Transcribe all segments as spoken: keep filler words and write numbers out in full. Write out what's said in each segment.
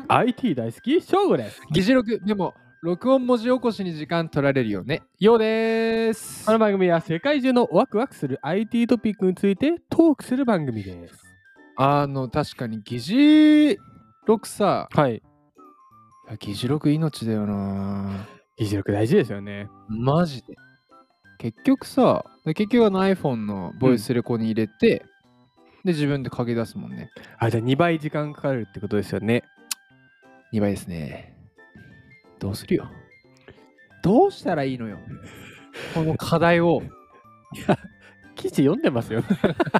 アイティー 大好き翔吾です。 議事録でも録音文字起こしに時間取られるよね。ようでーす。 この番組は世界中のワクワクする アイティー トピックについてトークする番組です。 あの確かに議事録さ、 はい。 いや議事録命だよな。 議事録大事ですよね。 マジで。結局さ、で結局あの iPhone のボイスレコに入れて、で自分で書き出すもんね。 あ、じゃあにばい時間かかるってことですよね。 にばいですね。どうするよ。どうしたらいいのよ。この課題を。 記事読んでますよ。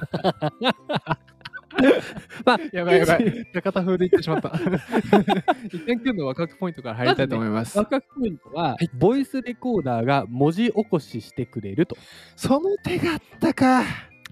まあ、 やばいやばい。中田風で言ってしまった。一見今日のワクワクポイントから入りたいと思います。 ワクワクポイントは、 はい、 ボイスレコーダーが文字起こししてくれると。 その手があったか。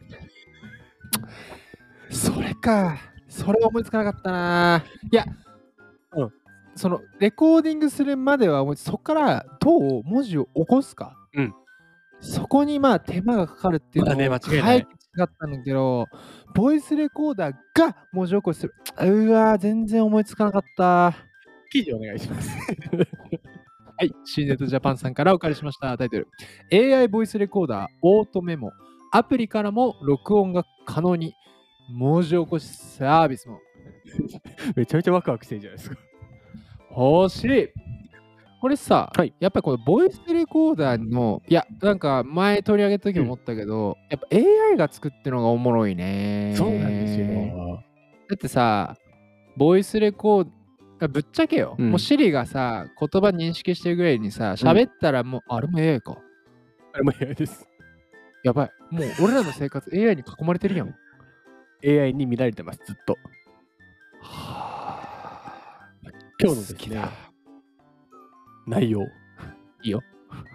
それか。それ思いつかなかったな。いや、 うん、 そのレコーディングするまでは思いつそこからどう文字を起こすか。 うん。 そこにまあ手間がかかるっていうのはね、間違いない。 違ったんだけど、ボイスレコーダーが文字起こしする。うわー、全然思いつかなかった。 記事お願いします。 はい、シーネットジャパンさんからお借りしましたタイトル。エーアイ ボイスレコーダーオートメモ。アプリからも録音が可能に。文字起こしサービスも。 めちゃめちゃワクワクしてるじゃないですか。 欲しい。これさ、 はい、 やっぱりこのボイスレコーダーの、いや、なんか前取り上げた時も思ったけど、うん、やっぱ エーアイ が作ってるのがおもろいね。 そうなんですよ。 だってさ、ボイスレコーダー、ぶっちゃけよ、うん、もう Siri がさ、言葉認識してるぐらいにさ、喋ったらもう、うん、あれも エーアイ か。 あれも エーアイ です。 やばい。もう俺らの生活 エーアイ に囲まれてるやん。 エーアイ に見られてます、ずっと。はあ、今日のですね、内容。 いいよ。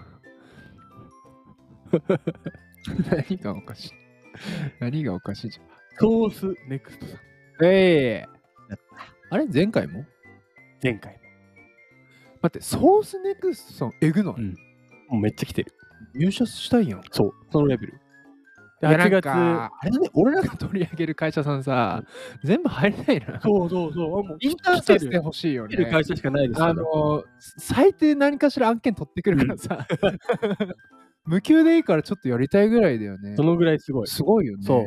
何がおかしい何がおかしいじゃん。 ソースネクストさん。 ええー、あれ前回も前回も。 待って、ソースネクストさん、えぐない、うん、 もうめっちゃ来てる。 入社したいやん。 そう、そのレベル。 はちがつ、あれだね、俺らが取り上げる会社さんさ、うん、全部入れないな。 そうそうそう。 もうインターフェースで欲しいよね。 来てる会社しかないですよ。あの、最低何かしら案件取ってくるからさ。無給でいいからちょっとやりたいぐらいだよね。 そのぐらいすごい。 すごいよね。 そう。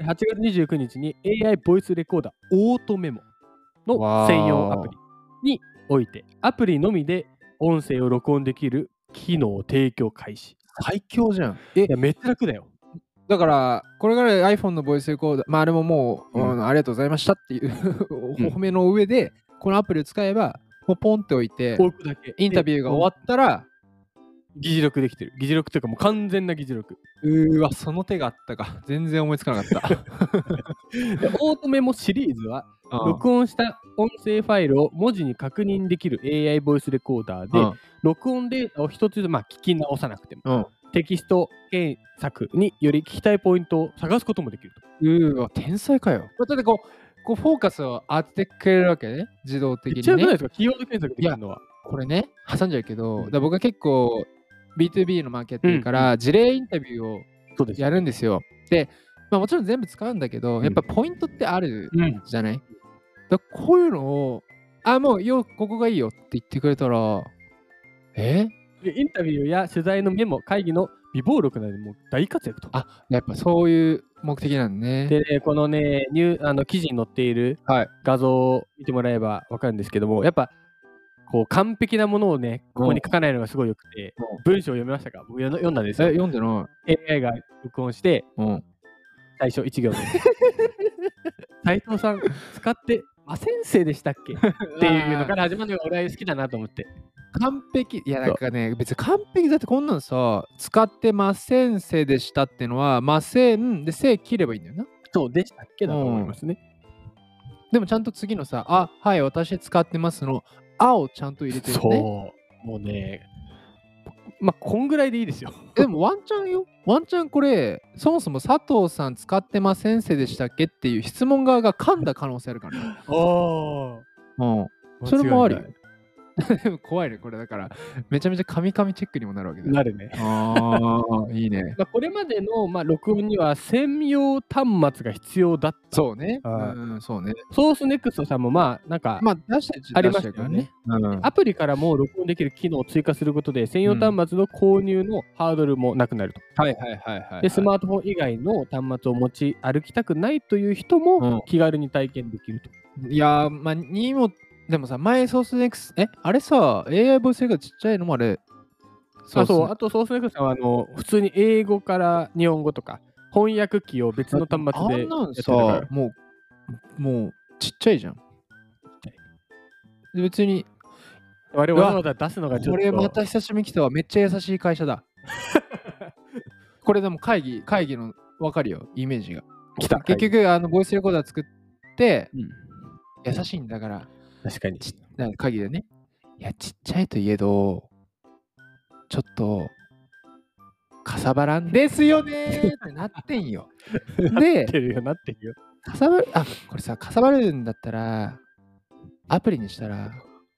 はちがつにじゅうくにちに エーアイ ボイスレコーダーオートメモの専用アプリにおいて、アプリのみで音声を録音できる機能を提供開始。 最強じゃん。 え、いやめっちゃ楽だよ。 だから、これから iPhone のボイスレコーダー、まああれももう、うん、ありがとうございましたっていうお褒めの上で、このアプリを使えば、もうポンって置いて、 置くだけインタビューが終わったら、 議事録できてる。議事録というかもう完全な議事録。 うーわ、その手があったか。全然思いつかなかった。 オートメモシリーズは、録音した音声ファイルを文字に確認できる エーアイ ボイスレコーダーで、うん、録音データを一つずつ、まあ、聞き直さなくても、うん、テキスト検索により聞きたいポイントを探すこともできると。 うーわ、天才かよ。だってこう、こうフォーカスを当ててくれるわけね、自動的に、ね。 一応ないですか、キーワード検索できるのは。 これね、挟んじゃうけど、うん、だ僕は結構 ビーツービー のマーケットやってるから、うん、事例インタビューをやるんですよ。で、まあ、もちろん全部使うんだけど、うん、やっぱポイントってあるじゃない、うん、だこういうのを、あ、もうよ、ここがいいよって言ってくれたら、えインタビューや取材のメモ、会議の微暴録などでも大活躍と。 あ、やっぱそういう目的なんね。 でね、このね、ニューあの記事に載っている画像を見てもらえば分かるんですけども、やっぱこう完璧なものをね、ここに書かないのがすごいよくて、うん、文章を読みましたか？僕読んだんですよ。 え、読んでない。 エーアイ が録音して、うん、最初いち行で。斉藤さん、使ってませんせいでしたっけっていうのから始まるのが俺は好きだなと思って。 完璧、いやなんかね、別に完璧だってこんなのさ、使ってませんせいでしたってのは、ませんでせい切ればいいんだよな。 そうでしたっけだと思いますね。 うん、でもちゃんと次のさ、あ、はい、私使ってますの、あをちゃんと入れてるね。 そう。もうね、まあ、こんぐらいでいいですよ。 でもワンチャンよ。ワンチャンこれ、そもそも佐藤さん使ってませんせいでしたっけっていう質問側が噛んだ可能性あるからね。 ああ。 うん。それもあり。 でも怖いね、これだから。めちゃめちゃカミカミチェックにもなるわけだ。 なるね。 ああ、いいね。 まあこれまでの、まあ、録音には専用端末が必要だった。 そうね。 うん、そうね。 ソースネクストさんもまあ、なんか、 まあ、出してありましたよね。アプリからも録音できる機能を追加することで、専用端末の購入のハードルもなくなると。 はいはいはいはい。 で、スマートフォン以外の端末を持ち歩きたくないという人も気軽に体験できると。 いやー、まあ、にも、でもさ、前ソースネクスト、え、あれさ、エーアイ ボイスがちっちゃいのもあれ。 そうそう、あとソースネクストはあの普通に英語から日本語とか翻訳機を別の端末でやってたから。さ、もう、もうちっちゃいじゃん。で別に、 我々わざわざ出すのがちょっと。 これまた久しぶりに来たわ。めっちゃ優しい会社だ。これでも会議、会議の分かるよ、イメージが。 来た。 結局、あのボイスレコーダー作って、うん、優しいんだから。 確かに。 会議でね。いや、ちっちゃいといえど、ちょっと、かさばらんですよねーってなってんよ。 で、なってるよ、なってるよ。 かさばる、あ、これさ、かさばるんだったら、アプリにしたら、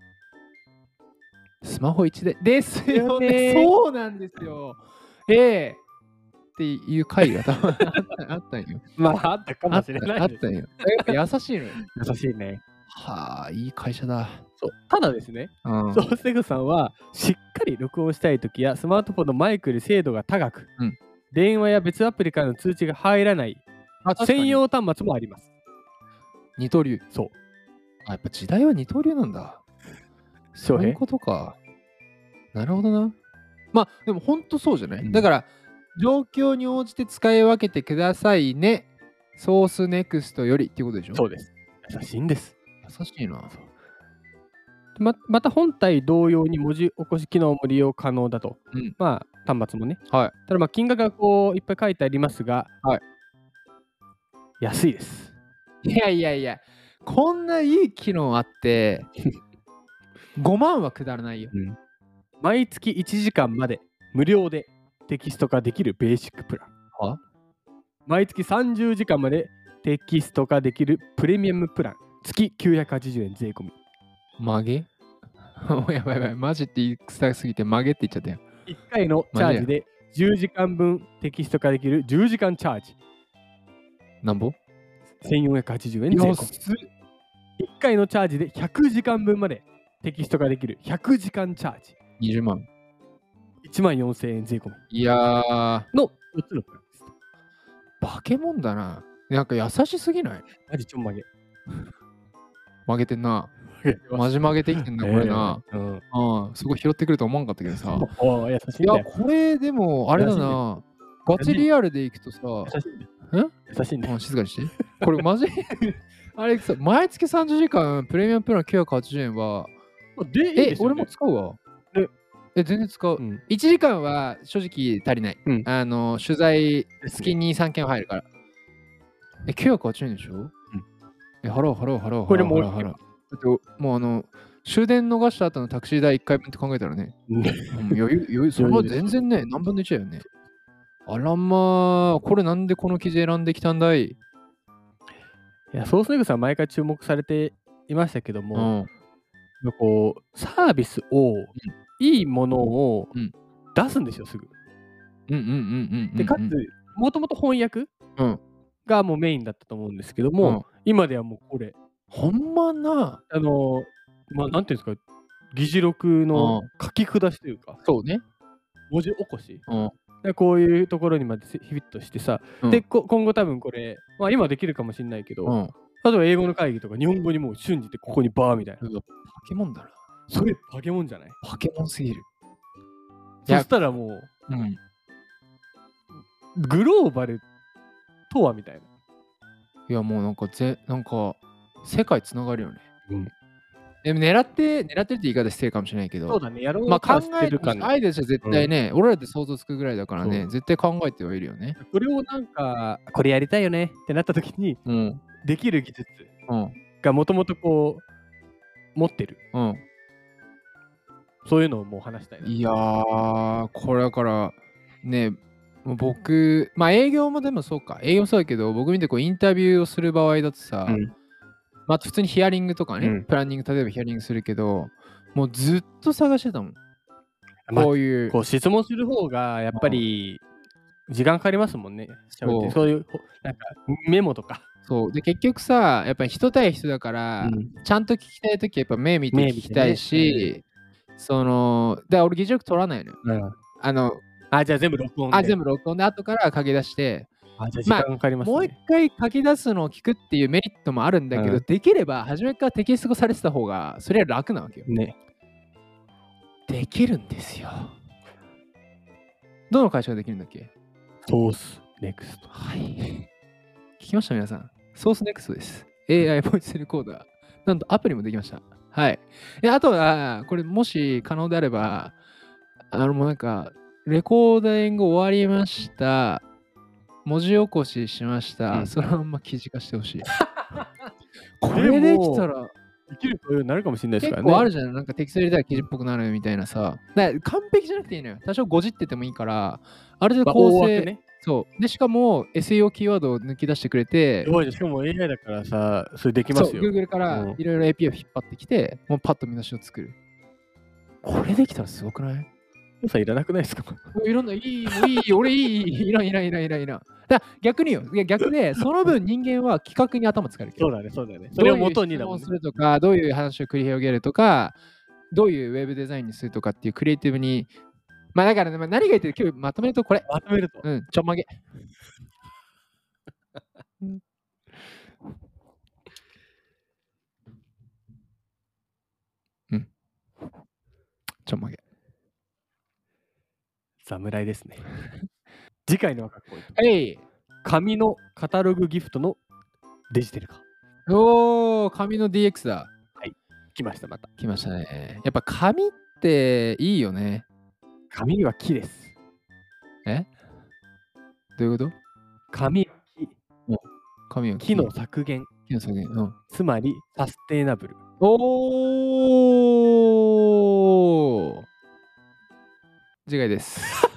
スマホいちで、ですよね。そうなんですよ。ええっていう回があったんよ。 まあ、あったかもしれない。 あったんよ。優しいのよ。 優しいね。 はあ、いい会社だ。 そうただですね、うん、ソースネクさんはしっかり録音したいときやスマートフォンのマイクより精度が高く、うん、電話や別アプリからの通知が入らない専用端末もあります。 二刀流。 そう。 あ、やっぱ時代は二刀流なんだ。そういうことか。なるほどな。まあ、でも本当そうじゃない、うん、だから、状況に応じて使い分けてくださいね。ソースネクストよりっていうことでしょ。 そうです。優しいんです。 優しいな。 ま, また本体同様に文字起こし機能も利用可能だと。うん、まあ、端末もね。 はい。 ただ、まあ、金額がこういっぱい書いてありますが、 はい。 安いです。 いやいやいや、こんないい機能あって、ごまんはくだらないよ。うん、 毎月いちじかんまで無料でテキスト化できるベーシックプラン。 は毎月さんじゅうじかんまでテキスト化できるプレミアムプラン。月きゅうひゃくはちじゅうえん税込み。 曲げやばいやばい、マジって言い臭すぎて曲げって言っちゃったよ。 いっかいのチャージでじゅうじかんぶんテキスト化できるじゅうじかんチャージ。 なんぼ ? せんよんひゃくはちじゅうえん税込み。いっかいのチャージでひゃくじかんぶんまでテキスト化できるひゃくじかんチャージ。 にじゅうまん。 いちまんよんせんえん税込み。 いやー。 のよっつのプランです。 化け物だな。なんか優しすぎない？ マジちょんまげ。 曲げてんな。マジ曲げてきてんだ、これな。えー、うん。すごい拾ってくると思わんかったけどさ。 お優しい、ね。 いや、これでも、あれだな。ガチリアルでいくとさ。 優しいね。 優しいね。静かにして。これマジあれさ、毎月さんじゅうじかんプレミアムプランきゅうひゃくはちじゅうえんは。 で、いいえ、俺も使うわ。え、え全然使う、うん。いちじかんは正直足りない。うん、あの、取材、月にさんけん入るから。え、きゅうひゃくはちじゅうえんでしょ？うん。え、払う払う払う。 これもう払う払う。だってもうあの、終電逃した後のタクシー代いっかいぶんって考えたらね。うん、余裕、余裕、それは全然ね、何分のいちだよね。あらまあ、これなんでこの記事選んできたんだい？いや、ソースネグさん毎回注目されていましたけども、うん、こう、サービスを、うん、いいものを出すんですよ、すぐ。 うんうんうんうん、うん。 で、かつ、もともと翻訳、うんがもうメインだったと思うんですけども、うん、今ではもうこれほんまなあのまあなんていうんですか、議事録の書き下しというか、 うん、そうね、 文字起こし、うん、でこういうところにまでフィットしてさ、うん、でこ今後多分これ、まあ、今できるかもしれないけど、うん、例えば英語の会議とか日本語にもう瞬時でここにバーみたいな、 パケモンだな。 それパケモンじゃない？ パケモンすぎる。 そしたらもう、うん、グローバルとはみたいな。 いやもうなんかぜなんか世界つながるよね。うん。でも狙って狙ってるって言い方してるかもしれないけど。 そうだね。やろうまあ考えるかアイデアじゃ絶対ね、うん、俺らで想像つくぐらいだからね、絶対考えてはいるよね。 これをなんかこれやりたいよねってなった時に、うん、できる技術がもともとこう持ってる。うん。そういうのをもう話したいな。 いやーこれだからね。僕、まあ営業もでもそうか、営業もそうだけど、僕見てこうインタビューをする場合だとさ、うん、まあ普通にヒアリングとかね、うん、プランニング、例えばヒアリングするけど、 もうずっと探してたもん。 まあ、 こういう。 こう質問する方がやっぱり時間かかりますもんね。そうそういうなんかメモとか。 そうで結局さ、やっぱり人対人だから、うん、ちゃんと聞きたいときはやっぱ目見て聞きたいし、ね、その、だから俺議事録取らないのよ。うん、あの、 あ、じゃあ全部録音で。 あ、全部録音で後から書き出して、 あ、じゃあ時間かかりますね。 まあ、もう一回書き出すのを聞くっていうメリットもあるんだけど、うん、できれば初めからテキスト化されてた方がそれは楽なわけよ。 ね。 できるんですよ。どの会社ができるんだっけ？ ソースネクスト。 はい。聞きました皆さん。ソースネクストです。エーアイ ボイスレコーダー。なんとアプリもできました。はい。であとは、これもし可能であれば、あのもうなんか、レコーダリング終わりました。文字起こししました。うん、そのまま記事化してほしい。これできたら。 できるとなるかもしれないですからね。 結構あるじゃん。なんかテキスト入れたら記事っぽくなるみたいなさ。だから完璧じゃなくていいのよ。多少ごじっててもいいから、ある程度構成、ね、そう。で、しかも エスイーオー キーワードを抜き出してくれて。 すごい、しかも エーアイ だからさ、それできますよ。 そう、Google からいろいろ エーピーアイ を引っ張ってきて、もうパッと見出しを作る。これできたらすごくない？ さいらなくないですか？ いろんな、いい、もういい、俺いい、いらん、いらん、いらん、いらん、いらん。だ逆によ、いや逆で、その分人間は企画に頭使えるけど。 そうだね、そうだね。それを元にだもん、 ね。どういう質問するとか、どういう話を繰り広げるとか、どういうウェブデザインにするとかっていうクリエイティブに、まあだからね、まあ、何が言ってる今日まとめるとこれ。 まとめると。 うん、ちょんまげ。うん。ちょんまげ。 侍ですね。次回のはかっこいい。 はい。 紙のカタログギフトのデジタル化。 おー、紙の ディーエックス だ。 はい。来ました、また。 来ましたね。やっぱ紙っていいよね。 紙は木です。 え？どういうこと？ 紙は木。 紙は木の削減。 木の削減。うん。 つまり、サステイナブル。 おー。次回です。